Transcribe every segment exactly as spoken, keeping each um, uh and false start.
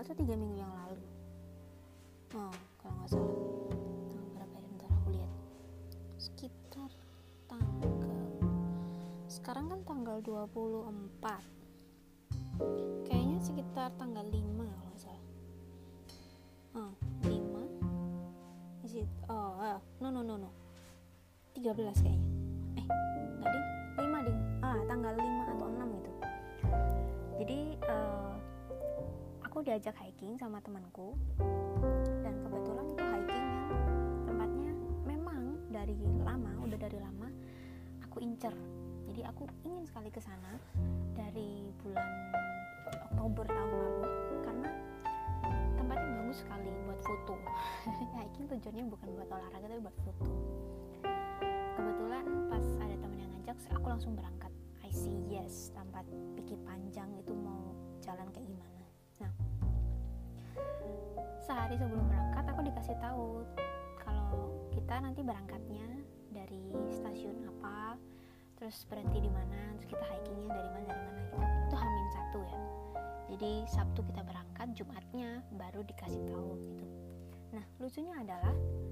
atau tiga minggu yang lalu. Oh, kalau nggak salah. Tanggal berapa ya? Bentar aku lihat. Sekitar tanggal, sekarang kan tanggal dua puluh empat. Kayaknya sekitar tanggal lima kalau nggak salah. Oh, lima. Is it? Oh, uh, no no no no. tiga belas kayaknya. Eh, enggak ding. lima ding. Ah, tanggal lima atau enam gitu. Jadi uh, aku diajak hiking sama temanku, dan kebetulan itu hiking yang tempatnya memang dari lama, udah dari lama aku incer. Jadi aku ingin sekali ke sana dari bulan Oktober tahun lalu karena tempatnya bagus sekali buat foto. Hiking tujuannya bukan buat olahraga tapi buat foto. Kebetulan pas ada teman yang ngajak, aku langsung berangkat. I see yes, tanpa pikir panjang itu mau jalan kayak gimana. Nah, sehari sebelum berangkat aku dikasih tahu kalau kita nanti berangkatnya dari stasiun apa, terus berhenti di mana, terus kita hikingnya dari mana dari mana gitu. Itu Hamin satu ya. Jadi Sabtu kita berangkat, Jumatnya baru dikasih tahu gitu. Nah, lucunya adalah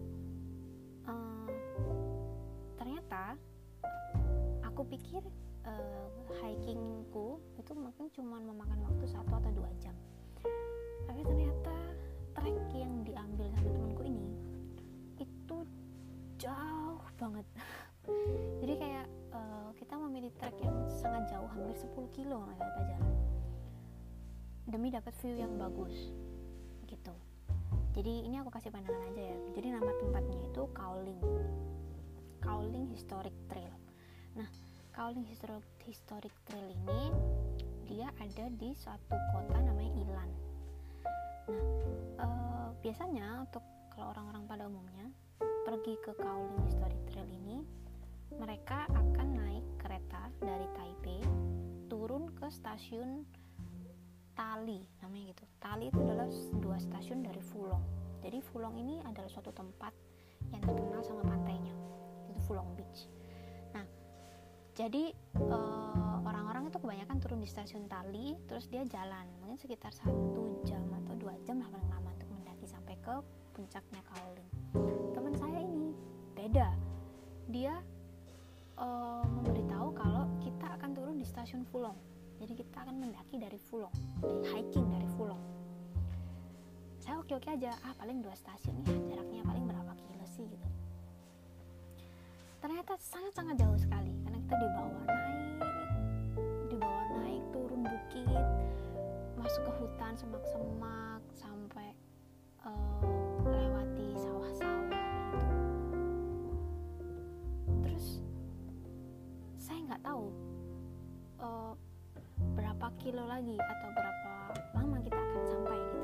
um, ternyata aku pikir uh, hikingku itu mungkin cuma memakan waktu satu atau dua jam. Tapi ternyata trek yang diambil sama temanku ini itu jauh banget. Jadi kayak uh, kita memilih trek yang sangat jauh, hampir sepuluh kilo nggak kita jalan demi dapat view yang bagus gitu. Jadi ini aku kasih pandangan aja ya. Jadi nama tempatnya itu Kaoling Kaoling Historic Trail. Nah, Kaoling Historic, Historic Trail ini dia ada di suatu kota namanya Ilan. Nah, uh, biasanya untuk kalau orang-orang pada umumnya pergi ke Kaoling Historic Trail ini, mereka akan naik kereta dari Taipei, turun ke stasiun Tali, namanya gitu. Tali itu adalah dua stasiun dari Fulong. Jadi Fulong ini adalah suatu tempat yang terkenal sama pantainya, itu Fulong Beach. Nah, jadi uh, orang-orang itu kebanyakan turun di stasiun Tali, terus dia jalan, mungkin sekitar satu jam atau dua jam lah paling lama untuk mendaki sampai ke puncaknya Kaoling. Teman saya ini beda, dia uh, memberitahu kalau kita akan turun di stasiun Fulong. Jadi kita akan mendaki dari Fulong, hiking dari Fulong. Saya oke-oke aja, ah paling dua stasiun ya, jaraknya paling berapa kilo sih gitu. Ternyata sangat-sangat jauh sekali, karena kita dibawa naik, dibawa naik, turun bukit, masuk ke hutan, semak-semak, sampai uh, lewati sawah-sawah gitu. Terus saya nggak tahu uh, berapa kilo lagi atau berapa lama kita akan sampai gitu.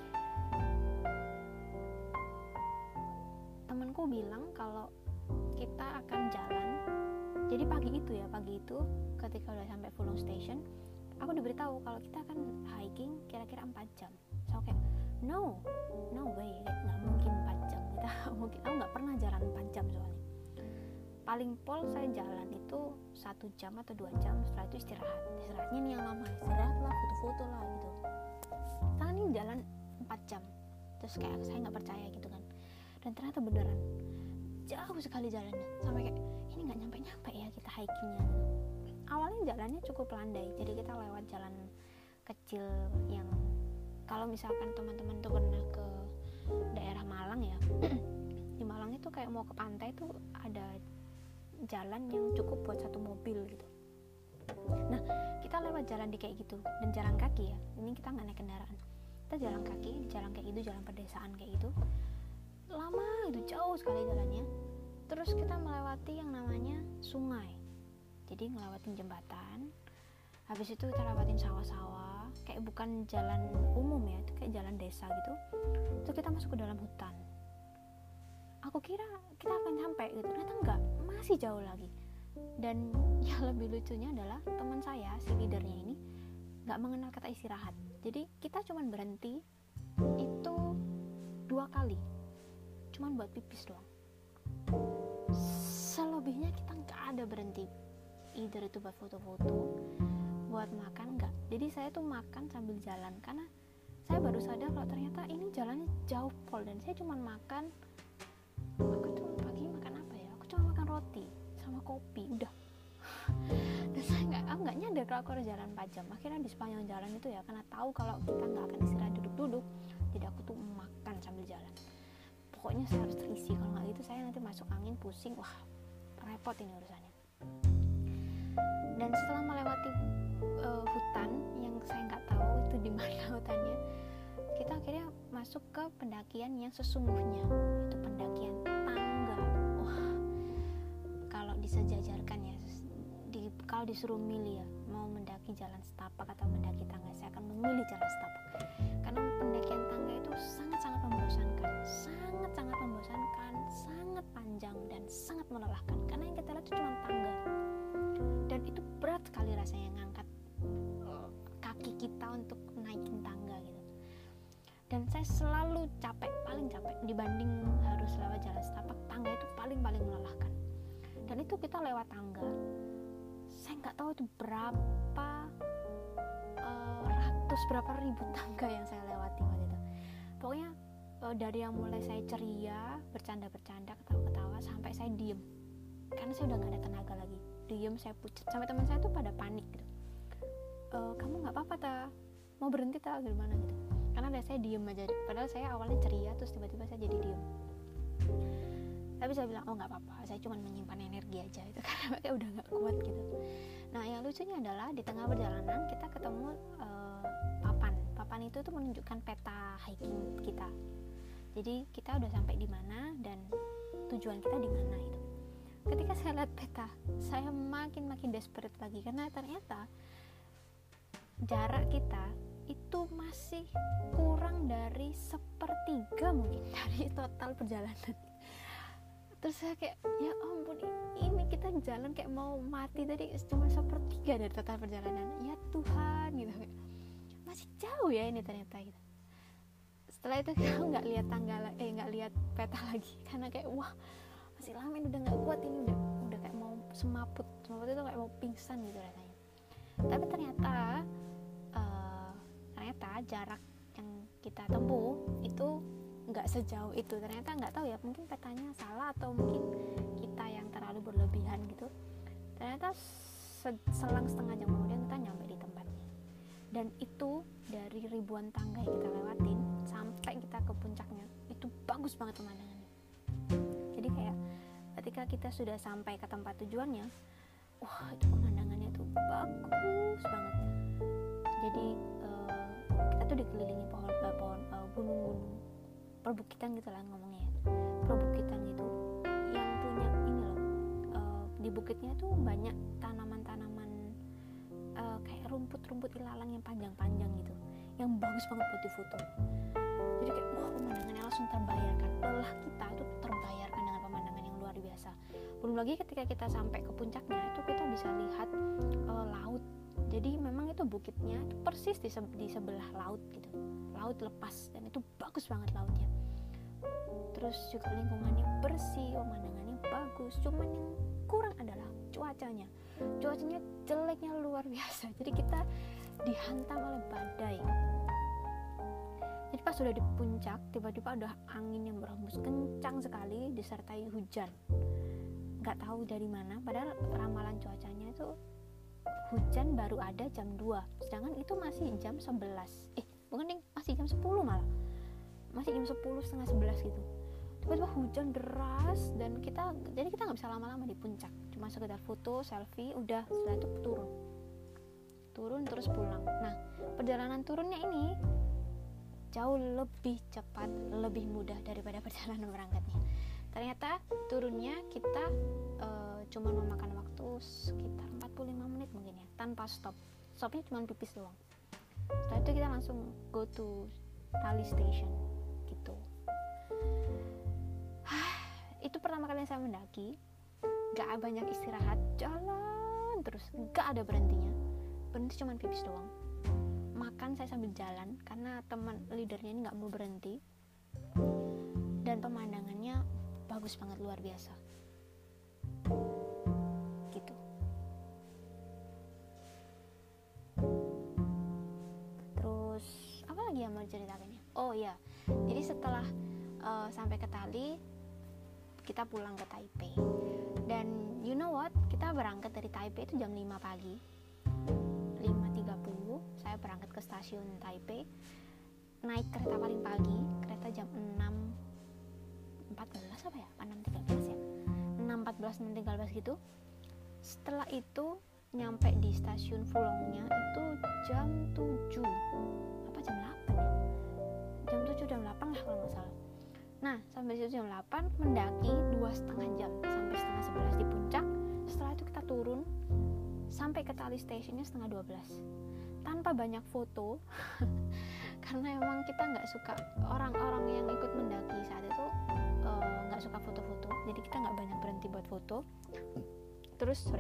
Temanku bilang kalau kita akan jalan. Jadi pagi itu ya, pagi itu ketika udah sampai Fulong Station, aku diberitahu kalau kita akan hiking kira-kira empat jam. So kayak no, no way, nggak mungkin empat jam. Kita mungkin, aku nggak pernah jalan empat jam soalnya. Paling pol saya jalan itu satu jam atau dua jam, setelah itu istirahat. Istirahatnya nih yang lama, istirahat lah, foto-foto lah gitu. Karena ini jalan empat jam, terus kayak saya nggak percaya gitu kan. Dan ternyata beneran jauh sekali jalannya, sampai kayak ini nggak nyampe-nyampe ya kita hikingnya. Awalnya jalannya cukup landai, jadi kita lewat jalan kecil yang kalau misalkan teman-teman tuh pernah ke daerah Malang ya, di Malang itu kayak mau ke pantai tuh ada jalan yang cukup buat satu mobil gitu. Nah, kita lewat jalan di kayak gitu, dan jalan kaki ya, ini kita nggak naik kendaraan, kita jalan kaki, jalan kayak gitu, jalan pedesaan kayak gitu, lama itu, jauh sekali jalannya. Terus kita melewati yang namanya sungai, jadi ngelewatin jembatan, habis itu kita lewatin sawah-sawah, kayak bukan jalan umum ya, itu kayak jalan desa gitu. Terus kita masuk ke dalam hutan. Aku kira kita akan sampai gitu, ternyata enggak, masih jauh lagi. Dan yang lebih lucunya adalah teman saya, si leadernya ini nggak mengenal kata istirahat. Jadi kita cuman berhenti itu dua kali, cuman buat pipis doang. Selebihnya kita nggak ada berhenti, either itu buat foto-foto, buat makan, nggak. Jadi saya tuh makan sambil jalan, karena saya baru sadar kalau ternyata ini jalannya jauh pol, dan saya cuma makan, aku tuh pagi makan apa ya, aku cuma makan roti sama kopi udah. Dan saya nggak aku nggak nyadar kalau aku harus jalan empat jam. Akhirnya di sepanjang jalan itu ya, karena tahu kalau kita nggak akan istirahat duduk-duduk, jadi aku tuh makan sambil jalan. Pokoknya saya harus terisi, kalau nggak gitu saya nanti masuk angin, pusing, wah repot ini urusannya. Dan setelah melewati uh, hutan yang saya nggak tahu itu di mana hutannya, kita akhirnya masuk ke pendakian yang sesungguhnya, itu pendakian tangga. Wah, kalau disejajarkan ya, di, kalau disuruh milih ya, mau mendaki jalan setapak atau mendaki tangga, saya akan memilih jalan setapak. Karena pendakian tangga itu sangat-sangat membosankan, sangat-sangat membosankan, sangat panjang dan sangat melelahkan. Karena yang kita lihat itu cuma tangga, dan itu berat sekali rasanya ngangkat uh, kaki kita untuk naikin tangga gitu. Dan saya selalu capek, paling capek dibanding harus lewat jalan setapak. Tangga itu paling-paling melelahkan. Dan itu kita lewat tangga, saya nggak tahu itu berapa uh, ratus berapa ribu tangga yang saya lewati waktu itu. Pokoknya uh, dari yang mulai saya ceria, bercanda-bercanda, ketawa-ketawa, sampai saya diem karena saya udah nggak ada tenaga lagi. Diem, saya pucat, sampai teman saya tuh pada panik gitu. E, kamu nggak apa-apa ta, mau berhenti ta, gimana gitu. Karena ada saya diem aja, padahal saya awalnya ceria, terus tiba-tiba saya jadi diem. Tapi saya bilang, oh nggak apa-apa, saya cuma menyimpan energi aja itu, karena kayak udah nggak kuat gitu. Nah yang lucunya adalah di tengah perjalanan kita ketemu uh, papan. Papan itu tuh menunjukkan peta hiking kita. Jadi kita udah sampai di mana dan tujuan kita di mana itu. Ketika saya lihat peta, saya makin-makin desperate lagi, karena ternyata jarak kita itu masih kurang dari sepertiga mungkin dari total perjalanan. Terus saya kayak, ya ampun, ini kita jalan kayak mau mati tadi, cuma sepertiga dari total perjalanan. Ya Tuhan gitu, masih jauh ya ini ternyata gitu. Setelah itu kita nggak lihat tanggal, eh nggak lihat peta lagi, karena kayak wah masih lama ini, udah nggak kuat ini, udah udah kayak mau semaput semaput itu kayak mau pingsan gitu rasanya. Tapi ternyata uh, ternyata jarak yang kita tempuh itu nggak sejauh itu. Ternyata nggak tahu ya, mungkin petanya salah atau mungkin kita yang terlalu berlebihan gitu. Ternyata selang setengah jam kemudian kita nyampe di tempatnya, dan itu dari ribuan tangga yang kita lewatin sampai kita ke puncaknya itu bagus banget pemandangannya. Jadi kayak ketika kita sudah sampai ke tempat tujuannya, wah itu pemandangannya tuh bagus banget. Jadi uh, kita tuh dikelilingi pohon, uh, pohon uh, gunung-gunung, perbukitan gitu lah ngomongnya ya, perbukitan gitu yang punya ini loh, uh, di bukitnya tuh banyak tanaman-tanaman uh, kayak rumput-rumput ilalang yang panjang-panjang gitu, yang bagus banget buat difoto. Jadi kayak wah pemandangannya langsung terbayarkan, lelah kita itu terbayarkan dengan pemandangan yang luar biasa. Belum lagi ketika kita sampai ke puncaknya itu kita bisa lihat uh, laut. Jadi memang itu bukitnya itu persis di, se- di sebelah laut gitu, laut lepas, dan itu bagus banget lautnya. Terus juga lingkungannya bersih, pemandangannya bagus. Cuman yang kurang adalah cuacanya. Cuacanya jeleknya luar biasa. Jadi kita dihantam oleh badai. Jadi pas sudah di puncak, tiba-tiba ada angin yang berhembus kencang sekali disertai hujan. Gak tahu dari mana, padahal ramalan cuacanya itu hujan baru ada jam dua, sedangkan itu masih jam sebelas. Eh, bukan ding, masih jam sepuluh malah. Masih jam sepuluh, setengah sebelas gitu. Tiba-tiba hujan deras, dan kita jadi kita nggak bisa lama-lama di puncak. Cuma sekedar foto, selfie, udah, setelah itu turun. Turun terus pulang. Nah, perjalanan turunnya ini jauh lebih cepat, lebih mudah daripada perjalanan berangkatnya. Ternyata turunnya kita uh, cuma memakan waktu sekitar empat puluh lima menit mungkin ya, tanpa stop. Stopnya cuma pipis doang. Setelah itu kita langsung go to Tali Station gitu. Itu pertama kali saya mendaki, gak banyak istirahat, jalan terus, gak ada berhentinya. Berhenti cuma pipis doang. Makan saya sambil jalan karena teman leadernya ini nggak mau berhenti, dan pemandangannya bagus banget, luar biasa gitu. Terus apa lagi yang mau ceritakan ya. Oh iya, jadi setelah uh, sampai ke Tali, kita pulang ke Taipei. Dan you know what, kita berangkat dari Taipei itu jam lima pagi, lima tiga puluh saya berangkat ke stasiun Taipei, naik kereta paling pagi, kereta jam enam empat belas apa ya, enam tiga belas ya, enam empat belas, enam tiga belas gitu. Setelah itu nyampe di stasiun Fulongnya itu jam tujuh apa jam delapan ya, jam tujuh jam delapan lah kalau nggak salah. Nah sampai situ jam delapan, mendaki dua setengah jam sampai setengah sebelas di puncak. Setelah itu kita turun sampai ke Tali stationnya setengah dua belas tanpa banyak foto karena emang kita nggak suka, orang-orang yang ikut mendaki saat itu nggak uh, suka foto-foto, jadi kita nggak banyak berhenti buat foto. Terus sorry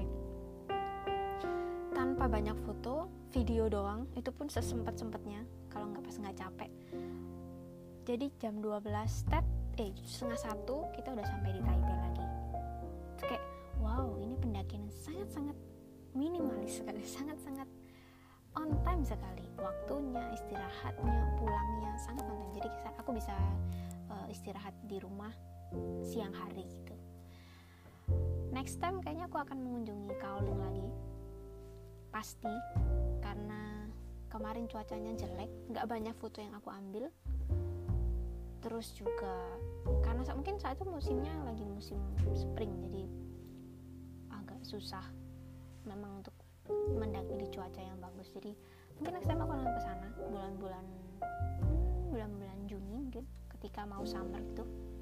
tanpa banyak foto, video doang, itu pun sesempet-sempetnya kalau nggak pas nggak capek. Jadi jam dua belas step, eh setengah satu kita udah sampai di Taipei lagi. Terus kayak wow, ini pendakian yang sangat-sangat minimalis sekali, sangat-sangat on time sekali, waktunya, istirahatnya, pulangnya sangat on time. Jadi aku bisa uh, istirahat di rumah siang hari gitu. Next time kayaknya aku akan mengunjungi Kaoling lagi, pasti, karena kemarin cuacanya jelek, nggak banyak foto yang aku ambil. Terus juga karena mungkin saat itu musimnya lagi musim spring, jadi agak susah memang untuk mendaki di cuaca yang bagus. Jadi mungkin next time aku akan ke sana bulan-bulan bulan-bulan Juni mungkin, ketika mau summer gitu,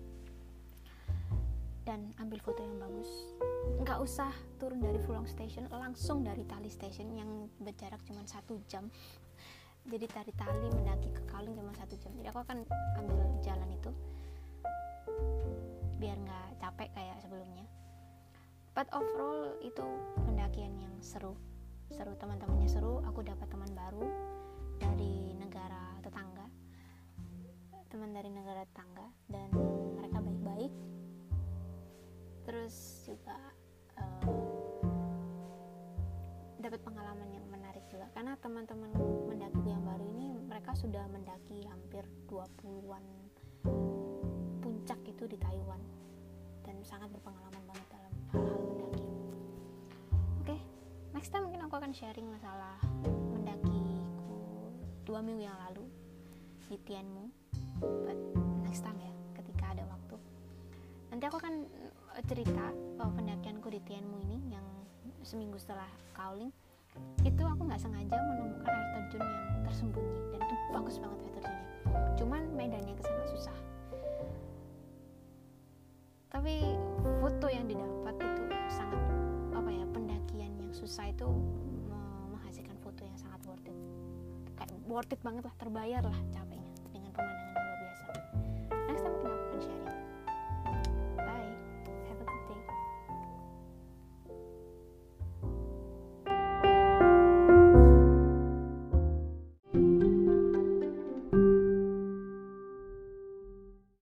dan ambil foto yang bagus. Nggak usah turun dari Fulong Station, langsung dari Tali Station yang berjarak cuma satu jam. Jadi dari Tali mendaki ke Kaoling cuma satu jam. Jadi aku akan ambil jalan itu biar nggak capek kayak sebelumnya. But overall itu pendakian yang seru, seru, teman-temannya seru. Aku dapat teman baru dari negara tetangga, teman dari negara tetangga, dan mereka baik-baik. Terus juga uh, dapat pengalaman yang menarik juga, karena teman-teman mendaki yang baru ini mereka sudah mendaki hampir dua puluhan puncak itu di Taiwan dan sangat berpengalaman banget dalam hal-hal mendaki. Oke, okay, next time mungkin aku akan sharing masalah mendakiku dua minggu yang lalu di Tianmu, but next time ya, ketika ada waktu. Nanti aku akan cerita oh, pendakianku di Tianmu ini yang seminggu setelah Kaoling. Itu aku nggak sengaja menemukan air terjun yang tersembunyi, dan itu bagus banget air terjunnya. Cuman medannya kesana susah. Tapi foto yang didapat itu sangat apa ya, pendakian yang susah itu menghasilkan foto yang sangat worth it. Kayak worth it banget lah, terbayar lah capeknya dengan pemandangan